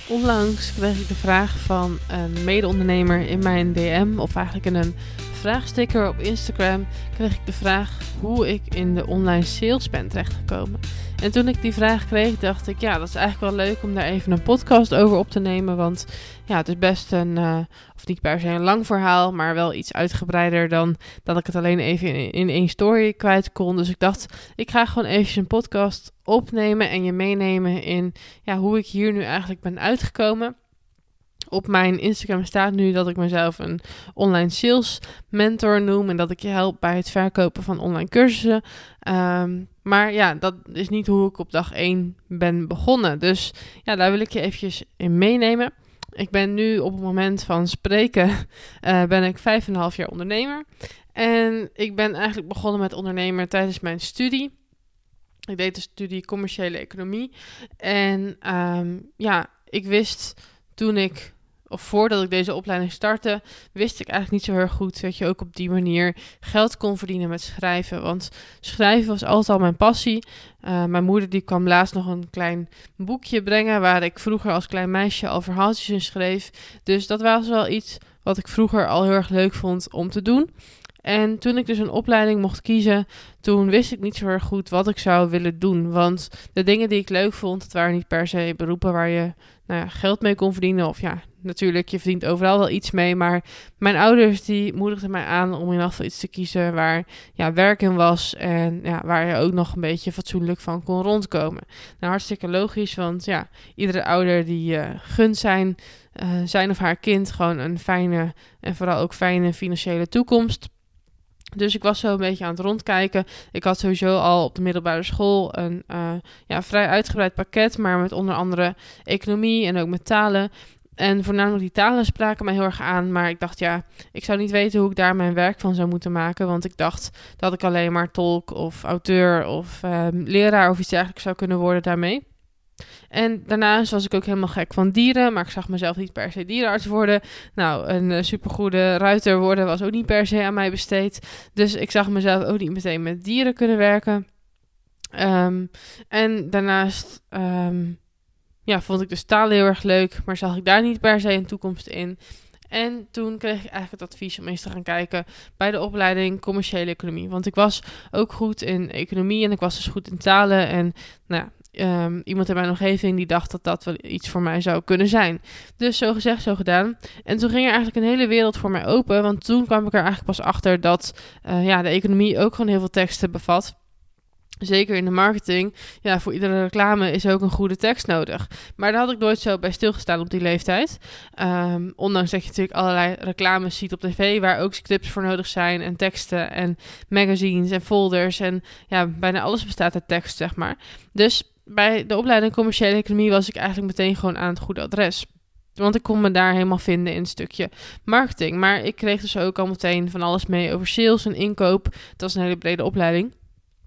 Onlangs kreeg ik de vraag van een mede-ondernemer in mijn DM, of eigenlijk in een vraagsticker op Instagram, kreeg ik de vraag hoe ik in de online sales ben terechtgekomen. En toen ik die vraag kreeg, dacht ik, ja, dat is eigenlijk wel leuk om daar even een podcast over op te nemen. Want ja, het is best of niet per se een lang verhaal, maar wel iets uitgebreider dan dat ik het alleen even in één story kwijt kon. Dus ik dacht, ik ga gewoon even een podcast opnemen en je meenemen in hoe ik hier nu eigenlijk ben uitgekomen. Op mijn Instagram staat nu dat ik mezelf een online sales mentor noem en dat ik je help bij het verkopen van online cursussen. Maar ja, dat is niet hoe ik op dag 1 ben begonnen. Dus ja, daar wil ik je eventjes in meenemen. Ik ben nu op het moment van spreken, ben ik 5,5 jaar ondernemer. En ik ben eigenlijk begonnen met ondernemen tijdens mijn studie. Ik deed de studie commerciële economie. En ik wist voordat ik deze opleiding startte, wist ik eigenlijk niet zo heel goed dat je ook op die manier geld kon verdienen met schrijven. Want schrijven was altijd al mijn passie. Mijn moeder die kwam laatst nog een klein boekje brengen waar ik vroeger als klein meisje al verhaaltjes in schreef. Dus dat was wel iets wat ik vroeger al heel erg leuk vond om te doen. En toen ik dus een opleiding mocht kiezen, toen wist ik niet zo erg goed wat ik zou willen doen. Want de dingen die ik leuk vond, dat waren niet per se beroepen waar je geld mee kon verdienen. Of ja, natuurlijk, je verdient overal wel iets mee. Maar mijn ouders die moedigden mij aan om in ieder geval iets te kiezen waar werk in was. En waar je ook nog een beetje fatsoenlijk van kon rondkomen. Nou, hartstikke logisch, want iedere ouder die gunt zijn of haar kind gewoon een fijne en vooral ook fijne financiële toekomst. Dus ik was zo een beetje aan het rondkijken. Ik had sowieso al op de middelbare school een vrij uitgebreid pakket, maar met onder andere economie en ook met talen. En voornamelijk die talen spraken mij heel erg aan, maar ik dacht ik zou niet weten hoe ik daar mijn werk van zou moeten maken, want ik dacht dat ik alleen maar tolk of auteur of leraar of iets dergelijks zou kunnen worden daarmee. En daarnaast was ik ook helemaal gek van dieren, maar ik zag mezelf niet per se dierenarts worden. Nou, een supergoede ruiter worden was ook niet per se aan mij besteed. Dus ik zag mezelf ook niet meteen met dieren kunnen werken. En daarnaast vond ik dus taal heel erg leuk, maar zag ik daar niet per se een toekomst in. En toen kreeg ik eigenlijk het advies om eens te gaan kijken bij de opleiding commerciële economie. Want ik was ook goed in economie en ik was dus goed in talen. En iemand in mijn omgeving die dacht dat dat wel iets voor mij zou kunnen zijn. Dus zo gezegd, zo gedaan. En toen ging er eigenlijk een hele wereld voor mij open. Want toen kwam ik er eigenlijk pas achter dat de economie ook gewoon heel veel teksten bevat. Zeker in de marketing, voor iedere reclame is ook een goede tekst nodig. Maar daar had ik nooit zo bij stilgestaan op die leeftijd. Ondanks dat je natuurlijk allerlei reclames ziet op tv waar ook scripts voor nodig zijn en teksten en magazines en folders. En bijna alles bestaat uit tekst, zeg maar. Dus bij de opleiding commerciële economie was ik eigenlijk meteen gewoon aan het goede adres. Want ik kon me daar helemaal vinden in een stukje marketing. Maar ik kreeg dus ook al meteen van alles mee over sales en inkoop. Dat is een hele brede opleiding.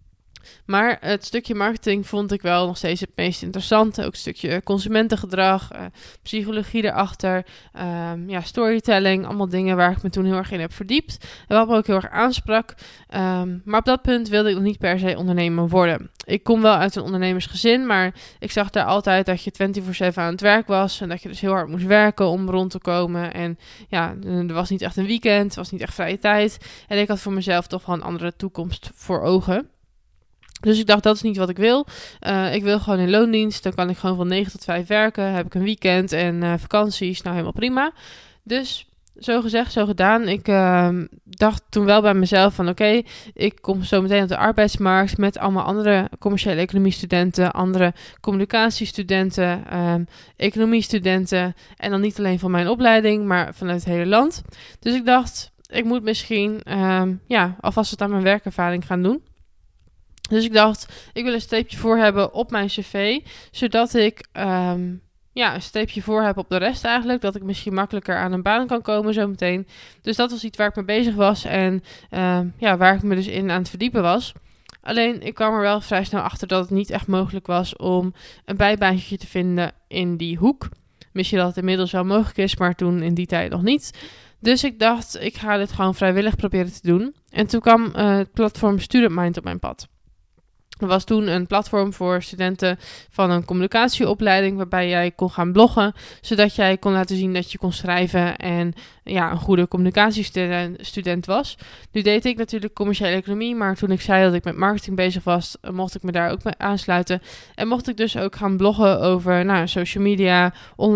Maar het stukje marketing vond ik wel nog steeds het meest interessante. Ook een stukje consumentengedrag, psychologie erachter, storytelling. Allemaal dingen waar ik me toen heel erg in heb verdiept. En wat me ook heel erg aansprak. Maar op dat punt wilde ik nog niet per se ondernemer worden. Ik kom wel uit een ondernemersgezin, maar ik zag daar altijd dat je 24/7 aan het werk was. En dat je dus heel hard moest werken om rond te komen. En er was niet echt een weekend, er was niet echt vrije tijd. En ik had voor mezelf toch wel een andere toekomst voor ogen. Dus ik dacht, dat is niet wat ik wil. Ik wil gewoon in loondienst. Dan kan ik gewoon van 9 tot 5 werken. Heb ik een weekend en vakanties. Nou, helemaal prima. Dus zo gezegd, zo gedaan. Ik dacht toen wel bij mezelf van oké, ik kom zo meteen op de arbeidsmarkt met allemaal andere commerciële economiestudenten, andere communicatiestudenten, economiestudenten. En dan niet alleen van mijn opleiding, maar vanuit het hele land. Dus ik dacht, ik moet misschien alvast wat aan mijn werkervaring gaan doen. Dus ik dacht, ik wil een streepje voor hebben op mijn cv, zodat ik een streepje voor heb op de rest eigenlijk, dat ik misschien makkelijker aan een baan kan komen zometeen. Dus dat was iets waar ik mee bezig was en waar ik me dus in aan het verdiepen was. Alleen, ik kwam er wel vrij snel achter dat het niet echt mogelijk was om een bijbaantje te vinden in die hoek. Misschien dat het inmiddels wel mogelijk is, maar toen in die tijd nog niet. Dus ik dacht, ik ga dit gewoon vrijwillig proberen te doen. En toen kwam het platform StudentMind op mijn pad. Er was toen een platform voor studenten van een communicatieopleiding waarbij jij kon gaan bloggen, zodat jij kon laten zien dat je kon schrijven en een goede communicatiestudent was. Nu deed ik natuurlijk commerciële economie, maar toen ik zei dat ik met marketing bezig was, mocht ik me daar ook mee aansluiten. En mocht ik dus ook gaan bloggen over social media,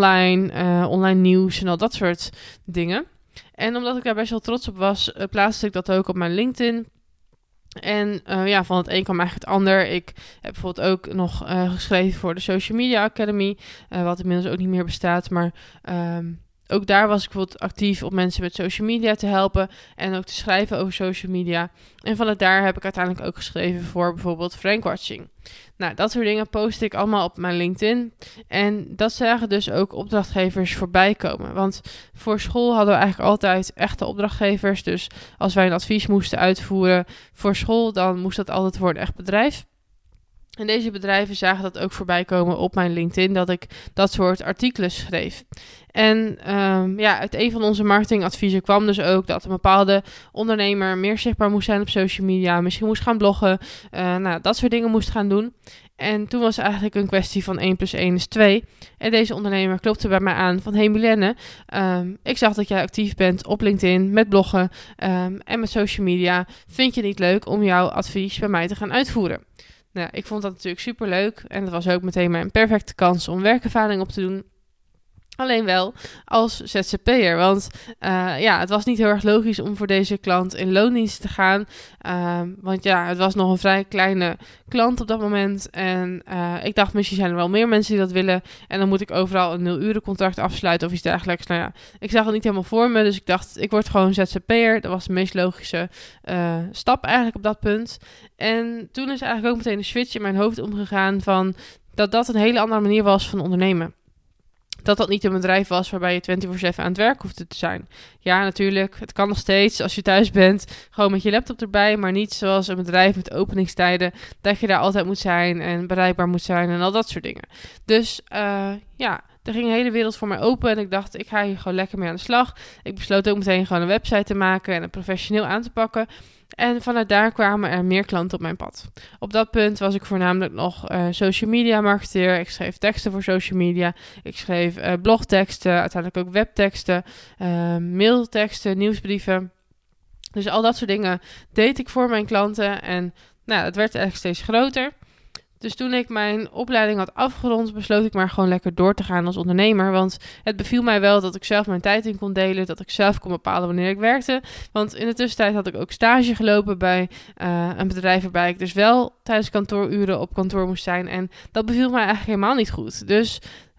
online nieuws en al dat soort dingen. En omdat ik daar best wel trots op was, plaatste ik dat ook op mijn LinkedIn. En van het een kwam eigenlijk het ander. Ik heb bijvoorbeeld ook nog geschreven voor de Social Media Academy, wat inmiddels ook niet meer bestaat. Maar ook daar was ik bijvoorbeeld actief om mensen met social media te helpen en ook te schrijven over social media. En vanuit daar heb ik uiteindelijk ook geschreven voor bijvoorbeeld Frankwatching. Nou, dat soort dingen post ik allemaal op mijn LinkedIn. En dat zagen dus ook opdrachtgevers voorbij komen. Want voor school hadden we eigenlijk altijd echte opdrachtgevers. Dus als wij een advies moesten uitvoeren voor school, dan moest dat altijd voor een echt bedrijf. En deze bedrijven zagen dat ook voorbij komen op mijn LinkedIn, dat ik dat soort artikelen schreef. En uit een van onze marketingadviezen kwam dus ook dat een bepaalde ondernemer meer zichtbaar moest zijn op social media, misschien moest gaan bloggen, dat soort dingen moest gaan doen. En toen was het eigenlijk een kwestie van 1 + 1 = 2. En deze ondernemer klopte bij mij aan van: hey Milène, ik zag dat jij actief bent op LinkedIn met bloggen en met social media. Vind je het niet leuk om jouw advies bij mij te gaan uitvoeren? Nou, ik vond dat natuurlijk superleuk en dat was ook meteen mijn perfecte kans om werkervaring op te doen. Alleen wel als ZZP'er, want het was niet heel erg logisch om voor deze klant in loondienst te gaan. Want het was nog een vrij kleine klant op dat moment. En ik dacht, misschien zijn er wel meer mensen die dat willen. En dan moet ik overal een 0-urencontract afsluiten of iets dergelijks. Ik zag het niet helemaal voor me, dus ik dacht, ik word gewoon ZZP'er. Dat was de meest logische stap eigenlijk op dat punt. En toen is eigenlijk ook meteen een switch in mijn hoofd omgegaan van dat een hele andere manier was van ondernemen. Dat niet een bedrijf was waarbij je 24/7 aan het werk hoefde te zijn. Ja, natuurlijk, het kan nog steeds als je thuis bent, gewoon met je laptop erbij, maar niet zoals een bedrijf met openingstijden, dat je daar altijd moet zijn en bereikbaar moet zijn en al dat soort dingen. Dus er ging een hele wereld voor mij open en ik dacht, ik ga hier gewoon lekker mee aan de slag. Ik besloot ook meteen gewoon een website te maken en het professioneel aan te pakken. En vanuit daar kwamen er meer klanten op mijn pad. Op dat punt was ik voornamelijk nog social media marketeer. Ik schreef teksten voor social media. Ik schreef blogteksten, uiteindelijk ook webteksten, mailteksten, nieuwsbrieven. Dus al dat soort dingen deed ik voor mijn klanten. En het werd eigenlijk steeds groter. Dus toen ik mijn opleiding had afgerond, besloot ik maar gewoon lekker door te gaan als ondernemer. Want het beviel mij wel dat ik zelf mijn tijd in kon delen, dat ik zelf kon bepalen wanneer ik werkte. Want in de tussentijd had ik ook stage gelopen bij een bedrijf waarbij ik dus wel tijdens kantooruren op kantoor moest zijn. En dat beviel mij eigenlijk helemaal niet goed. Dus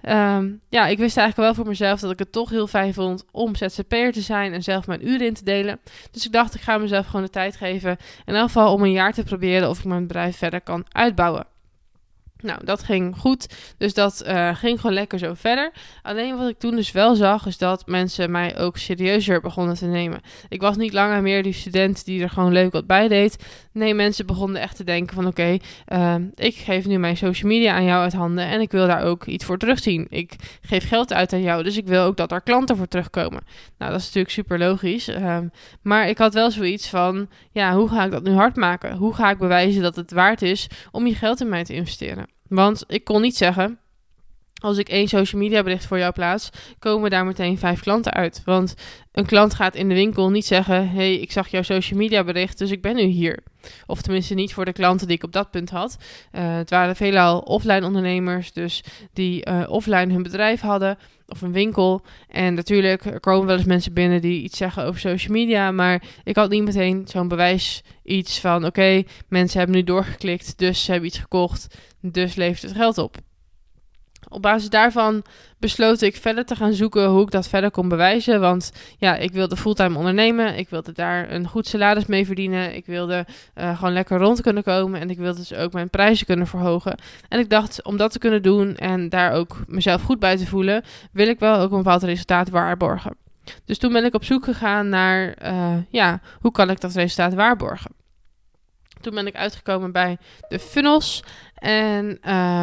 ik wist eigenlijk wel voor mezelf dat ik het toch heel fijn vond om ZZP'er te zijn en zelf mijn uren in te delen. Dus ik dacht, ik ga mezelf gewoon de tijd geven. In elk geval om een jaar te proberen of ik mijn bedrijf verder kan uitbouwen. Nou, dat ging goed. Dus dat ging gewoon lekker zo verder. Alleen wat ik toen dus wel zag, is dat mensen mij ook serieuzer begonnen te nemen. Ik was niet langer meer die student die er gewoon leuk wat bij deed. Nee, mensen begonnen echt te denken van oké, ik geef nu mijn social media aan jou uit handen en ik wil daar ook iets voor terugzien. Ik geef geld uit aan jou, dus ik wil ook dat er klanten voor terugkomen. Nou, dat is natuurlijk super logisch. Maar ik had wel zoiets van, hoe ga ik dat nu hard maken? Hoe ga ik bewijzen dat het waard is om je geld in mij te investeren? Want ik kon niet zeggen, als ik 1 social media bericht voor jou plaats, komen daar meteen 5 klanten uit. Want een klant gaat in de winkel niet zeggen, hey, ik zag jouw social media bericht, dus ik ben nu hier. Of tenminste niet voor de klanten die ik op dat punt had. Het waren veelal offline ondernemers, dus die offline hun bedrijf hadden of een winkel. En natuurlijk, er komen wel eens mensen binnen die iets zeggen over social media, maar ik had niet meteen zo'n bewijs iets van, oké, mensen hebben nu doorgeklikt, dus ze hebben iets gekocht, dus levert het geld op. Op basis daarvan besloot ik verder te gaan zoeken hoe ik dat verder kon bewijzen. Want ik wilde fulltime ondernemen. Ik wilde daar een goed salaris mee verdienen. Ik wilde gewoon lekker rond kunnen komen. En ik wilde dus ook mijn prijzen kunnen verhogen. En ik dacht, om dat te kunnen doen en daar ook mezelf goed bij te voelen, wil ik wel ook een bepaald resultaat waarborgen. Dus toen ben ik op zoek gegaan naar, hoe kan ik dat resultaat waarborgen? Toen ben ik uitgekomen bij de funnels. En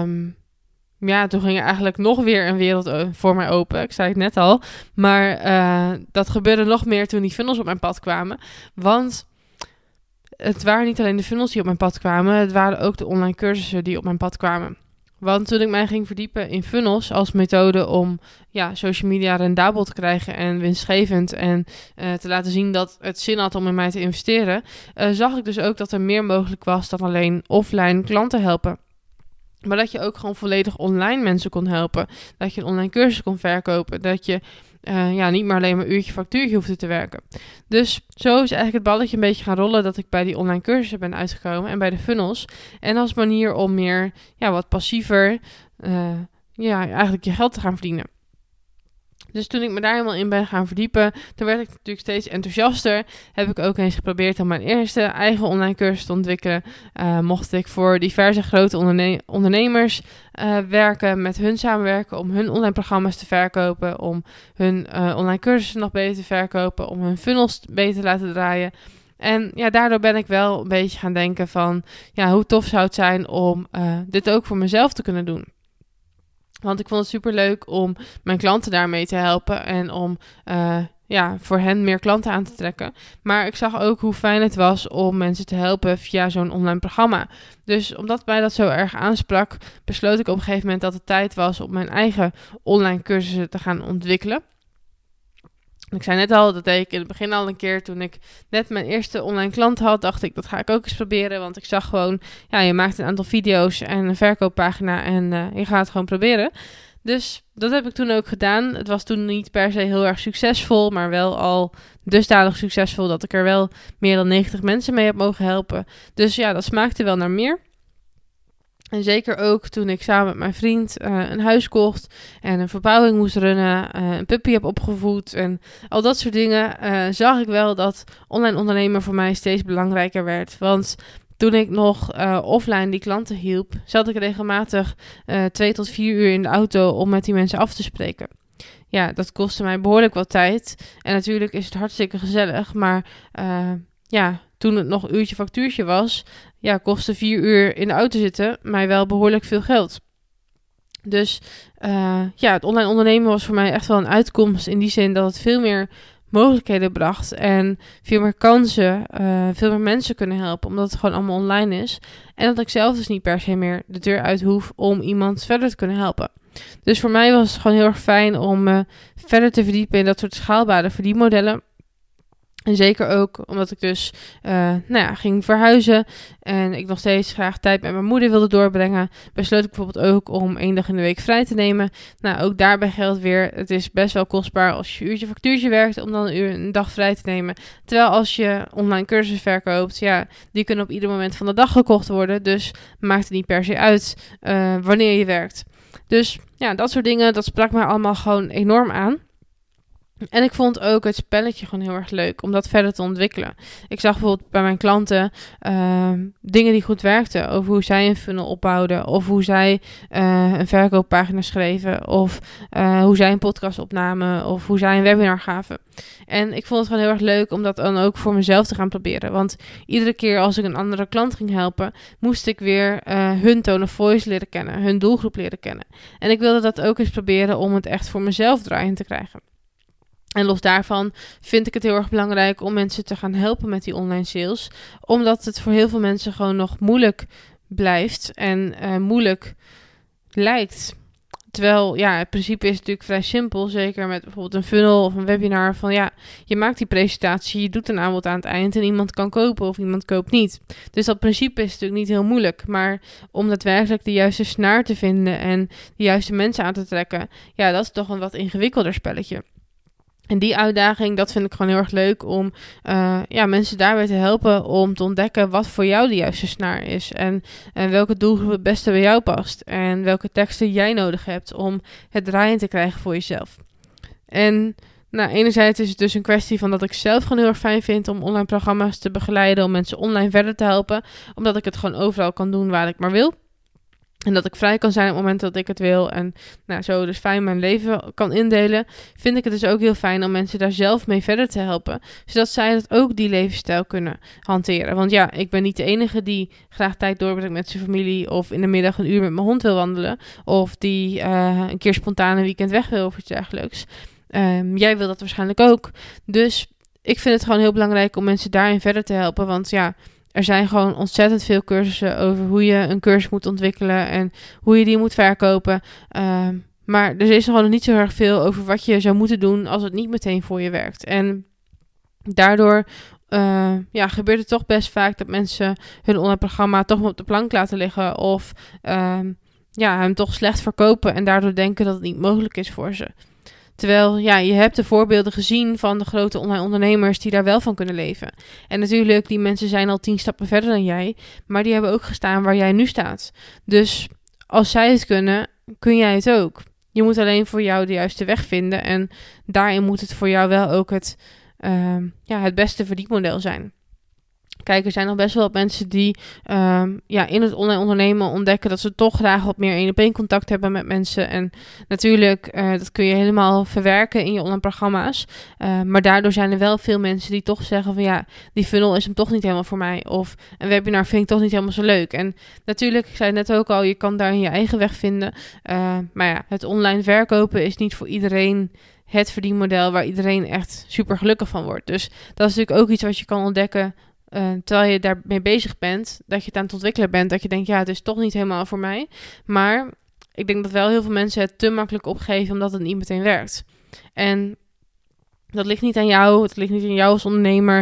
toen ging er eigenlijk nog weer een wereld voor mij open. Ik zei het net al. Maar dat gebeurde nog meer toen die funnels op mijn pad kwamen. Want het waren niet alleen de funnels die op mijn pad kwamen, het waren ook de online cursussen die op mijn pad kwamen. Want toen ik mij ging verdiepen in funnels als methode om social media rendabel te krijgen en winstgevend en te laten zien dat het zin had om in mij te investeren, zag ik dus ook dat er meer mogelijk was dan alleen offline klanten helpen. Maar dat je ook gewoon volledig online mensen kon helpen. Dat je een online cursus kon verkopen. Dat je niet meer alleen maar uurtje factuurtje hoefde te werken. Dus zo is eigenlijk het balletje een beetje gaan rollen dat ik bij die online cursussen ben uitgekomen en bij de funnels. En als manier om meer, wat passiever, eigenlijk je geld te gaan verdienen. Dus toen ik me daar helemaal in ben gaan verdiepen, toen werd ik natuurlijk steeds enthousiaster. Heb ik ook eens geprobeerd om mijn eerste eigen online cursus te ontwikkelen. Mocht ik voor diverse grote ondernemers werken, met hun samenwerken om hun online programma's te verkopen, om hun online cursussen nog beter te verkopen, om hun funnels beter te laten draaien. En daardoor ben ik wel een beetje gaan denken van, hoe tof zou het zijn om dit ook voor mezelf te kunnen doen. Want ik vond het superleuk om mijn klanten daarmee te helpen en om voor hen meer klanten aan te trekken. Maar ik zag ook hoe fijn het was om mensen te helpen via zo'n online programma. Dus omdat mij dat zo erg aansprak, besloot ik op een gegeven moment dat het tijd was om mijn eigen online cursussen te gaan ontwikkelen. Ik zei net al, dat deed ik in het begin al een keer toen ik net mijn eerste online klant had. Dacht ik, dat ga ik ook eens proberen. Want ik zag gewoon, je maakt een aantal video's en een verkooppagina en je gaat het gewoon proberen. Dus dat heb ik toen ook gedaan. Het was toen niet per se heel erg succesvol, maar wel al dusdanig succesvol dat ik er wel meer dan 90 mensen mee heb mogen helpen. Dus dat smaakte wel naar meer. En zeker ook toen ik samen met mijn vriend een huis kocht en een verbouwing moest runnen, een puppy heb opgevoed en al dat soort dingen, zag ik wel dat online ondernemen voor mij steeds belangrijker werd. Want toen ik nog offline die klanten hielp, zat ik regelmatig 2 tot 4 uur in de auto om met die mensen af te spreken. Ja, dat kostte mij behoorlijk wat tijd. En natuurlijk is het hartstikke gezellig, maar toen het nog uurtje factuurtje was, kostte 4 uur in de auto zitten mij wel behoorlijk veel geld. Dus het online ondernemen was voor mij echt wel een uitkomst in die zin dat het veel meer mogelijkheden bracht en veel meer kansen, veel meer mensen kunnen helpen, omdat het gewoon allemaal online is. En dat ik zelf dus niet per se meer de deur uit hoef om iemand verder te kunnen helpen. Dus voor mij was het gewoon heel erg fijn om verder te verdiepen in dat soort schaalbare verdienmodellen. En zeker ook omdat ik dus ging verhuizen en ik nog steeds graag tijd met mijn moeder wilde doorbrengen, besloot ik bijvoorbeeld ook om 1 dag in de week vrij te nemen. Nou, ook daarbij geldt weer, het is best wel kostbaar als je uurtje factuurtje werkt om dan een dag vrij te nemen. Terwijl als je online cursussen verkoopt, die kunnen op ieder moment van de dag gekocht worden, dus maakt het niet per se uit wanneer je werkt. Dus dat soort dingen, dat sprak mij allemaal gewoon enorm aan. En ik vond ook het spelletje gewoon heel erg leuk om dat verder te ontwikkelen. Ik zag bijvoorbeeld bij mijn klanten dingen die goed werkten. Over hoe zij een funnel opbouwden. Of hoe zij een verkooppagina schreven. Of hoe zij een podcast opnamen. Of hoe zij een webinar gaven. En ik vond het gewoon heel erg leuk om dat dan ook voor mezelf te gaan proberen. Want iedere keer als ik een andere klant ging helpen, moest ik weer hun tone of voice leren kennen. Hun doelgroep leren kennen. En ik wilde dat ook eens proberen om het echt voor mezelf draaiend te krijgen. En los daarvan vind ik het heel erg belangrijk om mensen te gaan helpen met die online sales. Omdat het voor heel veel mensen gewoon nog moeilijk blijft en moeilijk lijkt. Terwijl, het principe is natuurlijk vrij simpel. Zeker met bijvoorbeeld een funnel of een webinar. Van je maakt die presentatie, je doet een aanbod aan het eind en iemand kan kopen of iemand koopt niet. Dus dat principe is natuurlijk niet heel moeilijk. Maar om daadwerkelijk de juiste snaar te vinden en de juiste mensen aan te trekken, dat is toch een wat ingewikkelder spelletje. En die uitdaging, dat vind ik gewoon heel erg leuk om mensen daarbij te helpen om te ontdekken wat voor jou de juiste snaar is. En welke doelgroep het beste bij jou past. En welke teksten jij nodig hebt om het draaien te krijgen voor jezelf. En enerzijds is het dus een kwestie van dat ik zelf gewoon heel erg fijn vind om online programma's te begeleiden. Om mensen online verder te helpen. Omdat ik het gewoon overal kan doen waar ik maar wil. En dat ik vrij kan zijn op het moment dat ik het wil. En zo dus fijn mijn leven kan indelen. Vind ik het dus ook heel fijn om mensen daar zelf mee verder te helpen. Zodat zij dat ook die levensstijl kunnen hanteren. Want ik ben niet de enige die graag tijd doorbrengt met zijn familie. Of in de middag een uur met mijn hond wil wandelen. Of die een keer spontaan een weekend weg wil of iets dergelijks. Jij wil dat waarschijnlijk ook. Dus ik vind het gewoon heel belangrijk om mensen daarin verder te helpen. Want er zijn gewoon ontzettend veel cursussen over hoe je een cursus moet ontwikkelen en hoe je die moet verkopen. Maar er is gewoon nog niet zo erg veel over wat je zou moeten doen als het niet meteen voor je werkt. En daardoor gebeurt het toch best vaak dat mensen hun online programma toch op de plank laten liggen of hem toch slecht verkopen en daardoor denken dat het niet mogelijk is voor ze. Terwijl, je hebt de voorbeelden gezien van de grote online ondernemers die daar wel van kunnen leven. En natuurlijk, die mensen zijn al 10 stappen verder dan jij, maar die hebben ook gestaan waar jij nu staat. Dus als zij het kunnen, kun jij het ook. Je moet alleen voor jou de juiste weg vinden en daarin moet het voor jou wel ook het beste verdienmodel zijn. Kijk, er zijn nog best wel wat mensen die in het online ondernemen ontdekken dat ze toch graag wat meer 1-op-1 contact hebben met mensen. En natuurlijk, dat kun je helemaal verwerken in je online programma's. Maar daardoor zijn er wel veel mensen die toch zeggen van die funnel is hem toch niet helemaal voor mij. Of een webinar vind ik toch niet helemaal zo leuk. En natuurlijk, ik zei het net ook al, je kan daarin je eigen weg vinden. Maar het online verkopen is niet voor iedereen het verdienmodel waar iedereen echt super gelukkig van wordt. Dus dat is natuurlijk ook iets wat je kan ontdekken terwijl je daarmee bezig bent, dat je het aan het ontwikkelen bent, dat je denkt, het is toch niet helemaal voor mij. Maar ik denk dat wel heel veel mensen het te makkelijk opgeven, omdat het niet meteen werkt. En dat ligt niet aan jou, het ligt niet aan jou als ondernemer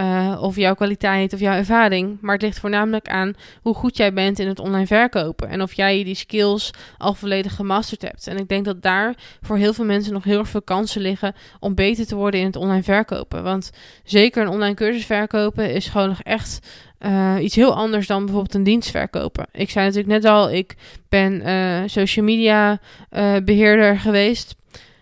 of jouw kwaliteit of jouw ervaring. Maar het ligt voornamelijk aan hoe goed jij bent in het online verkopen. En of jij die skills al volledig gemasterd hebt. En ik denk dat daar voor heel veel mensen nog heel erg veel kansen liggen om beter te worden in het online verkopen. Want zeker een online cursus verkopen is gewoon nog echt iets heel anders dan bijvoorbeeld een dienst verkopen. Ik zei natuurlijk net al, ik ben social media beheerder geweest.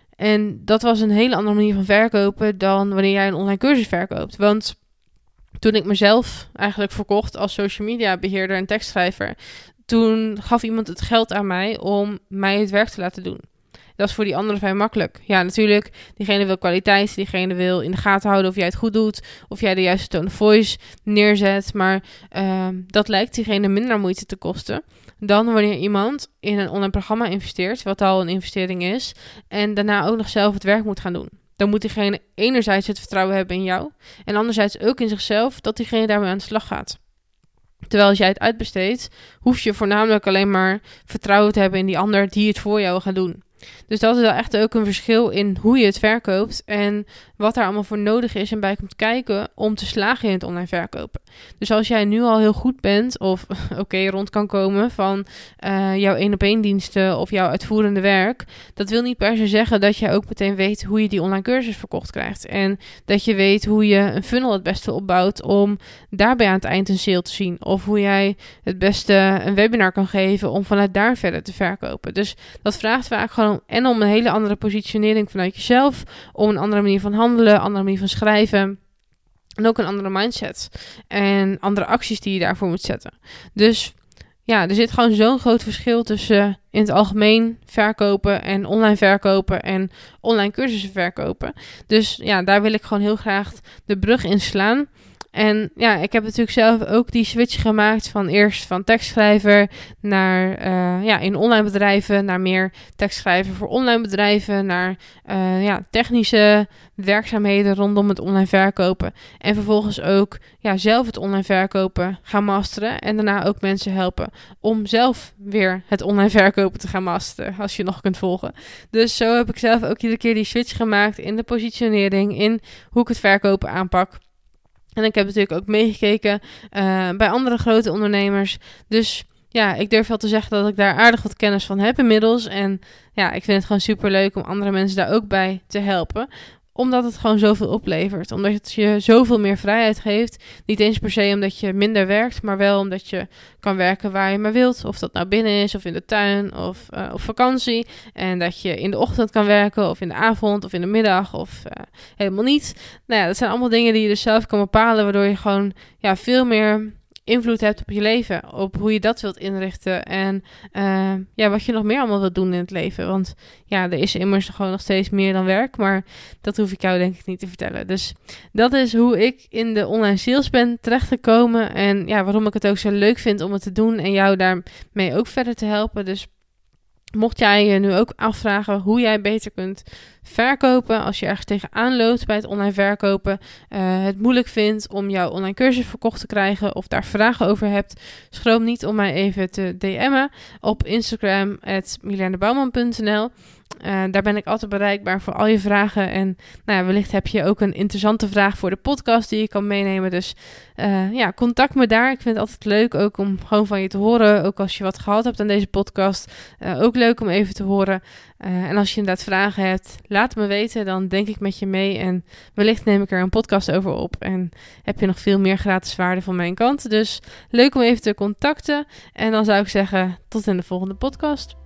En dat was een hele andere manier van verkopen dan wanneer jij een online cursus verkoopt. Want toen ik mezelf eigenlijk verkocht als social media beheerder en tekstschrijver, toen gaf iemand het geld aan mij om mij het werk te laten doen. Dat is voor die anderen vrij makkelijk. Ja, natuurlijk, diegene wil kwaliteit, diegene wil in de gaten houden of jij het goed doet, of jij de juiste tone of voice neerzet. Maar dat lijkt diegene minder moeite te kosten dan wanneer iemand in een online programma investeert, wat al een investering is, en daarna ook nog zelf het werk moet gaan doen. Dan moet diegene enerzijds het vertrouwen hebben in jou, en anderzijds ook in zichzelf, dat diegene daarmee aan de slag gaat. Terwijl als jij het uitbesteedt, hoef je voornamelijk alleen maar vertrouwen te hebben in die ander die het voor jou gaat doen. Dus dat is wel echt ook een verschil in hoe je het verkoopt en wat daar allemaal voor nodig is en bij komt kijken om te slagen in het online verkopen. Dus als jij nu al heel goed bent of rond kan komen van jouw 1-op-1 diensten of jouw uitvoerende werk, dat wil niet per se zeggen dat je ook meteen weet hoe je die online cursus verkocht krijgt. En dat je weet hoe je een funnel het beste opbouwt om daarbij aan het eind een sale te zien. Of hoe jij het beste een webinar kan geven om vanuit daar verder te verkopen. Dus dat vraagt vaak gewoon en om een hele andere positionering vanuit jezelf, om een andere manier van handelen, een andere manier van schrijven en ook een andere mindset en andere acties die je daarvoor moet zetten. Dus er zit gewoon zo'n groot verschil tussen in het algemeen verkopen en online cursussen verkopen. Dus daar wil ik gewoon heel graag de brug in slaan. En ik heb natuurlijk zelf ook die switch gemaakt van eerst van tekstschrijver naar in online bedrijven, naar meer tekstschrijver voor online bedrijven, naar technische werkzaamheden rondom het online verkopen. En vervolgens ook zelf het online verkopen gaan masteren en daarna ook mensen helpen om zelf weer het online verkopen te gaan masteren, als je nog kunt volgen. Dus zo heb ik zelf ook iedere keer die switch gemaakt in de positionering, in hoe ik het verkopen aanpak. En ik heb natuurlijk ook meegekeken bij andere grote ondernemers. Dus ik durf wel te zeggen dat ik daar aardig wat kennis van heb inmiddels. En ik vind het gewoon super leuk om andere mensen daar ook bij te helpen. Omdat het gewoon zoveel oplevert. Omdat het je zoveel meer vrijheid geeft. Niet eens per se omdat je minder werkt. Maar wel omdat je kan werken waar je maar wilt. Of dat nou binnen is of in de tuin of op vakantie. En dat je in de ochtend kan werken of in de avond of in de middag of helemaal niet. Dat zijn allemaal dingen die je dus zelf kan bepalen. Waardoor je gewoon veel meer invloed hebt op je leven, op hoe je dat wilt inrichten en wat je nog meer allemaal wilt doen in het leven. Want er is immers gewoon nog steeds meer dan werk, maar dat hoef ik jou denk ik niet te vertellen. Dus dat is hoe ik in de online sales ben terechtgekomen en waarom ik het ook zo leuk vind om het te doen en jou daarmee ook verder te helpen. Dus mocht jij je nu ook afvragen hoe jij beter kunt verkopen, als je ergens tegenaan loopt bij het online verkopen, het moeilijk vindt om jouw online cursus verkocht te krijgen of daar vragen over hebt, schroom niet om mij even te DM'en op Instagram @milenebouwman.nl. Daar ben ik altijd bereikbaar voor al je vragen. En wellicht heb je ook een interessante vraag voor de podcast die je kan meenemen. Dus contact me daar. Ik vind het altijd leuk ook om gewoon van je te horen. Ook als je wat gehad hebt aan deze podcast. Ook leuk om even te horen. En als je inderdaad vragen hebt, laat me weten. Dan denk ik met je mee. En wellicht neem ik er een podcast over op. En heb je nog veel meer gratis waarde van mijn kant. Dus leuk om even te contacten. En dan zou ik zeggen, tot in de volgende podcast.